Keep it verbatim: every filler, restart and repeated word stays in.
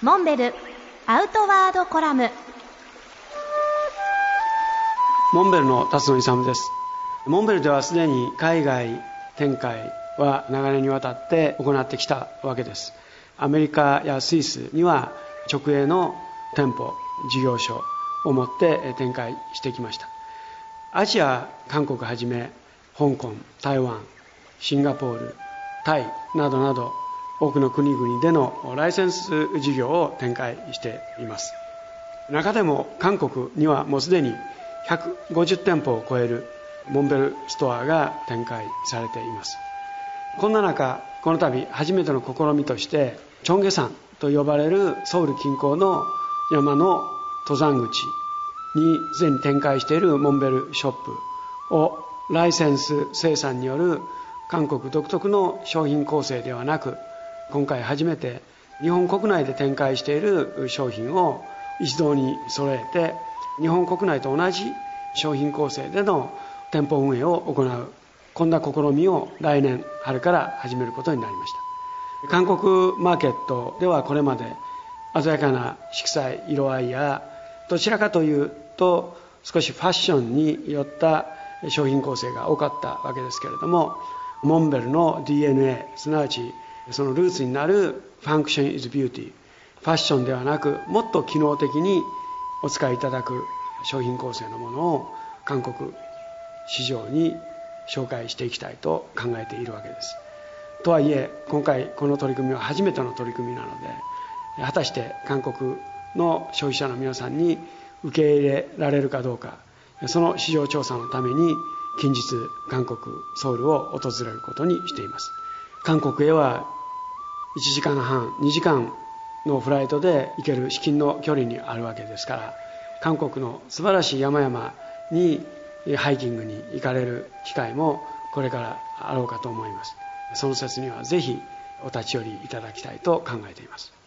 モンベルアウトワードコラム。 モンベルの辰野勇です。モンベルではすでに海外展開は長年にわたって行ってきたわけです。アメリカやスイスには直営の店舗事業所を持って展開してきました。アジア、韓国はじめ香港、台湾、シンガポール、タイなどなど多くの国々でのライセンス事業を展開しています。中でも韓国にはもうすでにひゃくごじゅう店舗を超えるモンベルストアが展開されています。こんな中、この度初めての試みとしてチョンゲ山と呼ばれるソウル近郊の山の登山口にすでに展開しているモンベルショップをライセンス生産による韓国独特の商品構成ではなく、今回初めて日本国内で展開している商品を一堂に揃えて日本国内と同じ商品構成での店舗運営を行う、こんな試みを来年春から始めることになりました。韓国マーケットではこれまで鮮やかな色彩、色合いやどちらかというと少しファッションによった商品構成が多かったわけですけれども、モンベルの ディーエヌエー、すなわちそのルーツになるファンクション is beauty、 ファッションではなくもっと機能的にお使いいただく商品構成のものを韓国市場に紹介していきたいと考えているわけです。とはいえ今回この取り組みは初めての取り組みなので、果たして韓国の消費者の皆さんに受け入れられるかどうか、その市場調査のために近日韓国ソウルを訪れることにしています。韓国へはいちじかんはん、にじかんのフライトで行ける至近の距離にあるわけですから、韓国の素晴らしい山々にハイキングに行かれる機会もこれからあろうかと思います。その節にはぜひお立ち寄りいただきたいと考えています。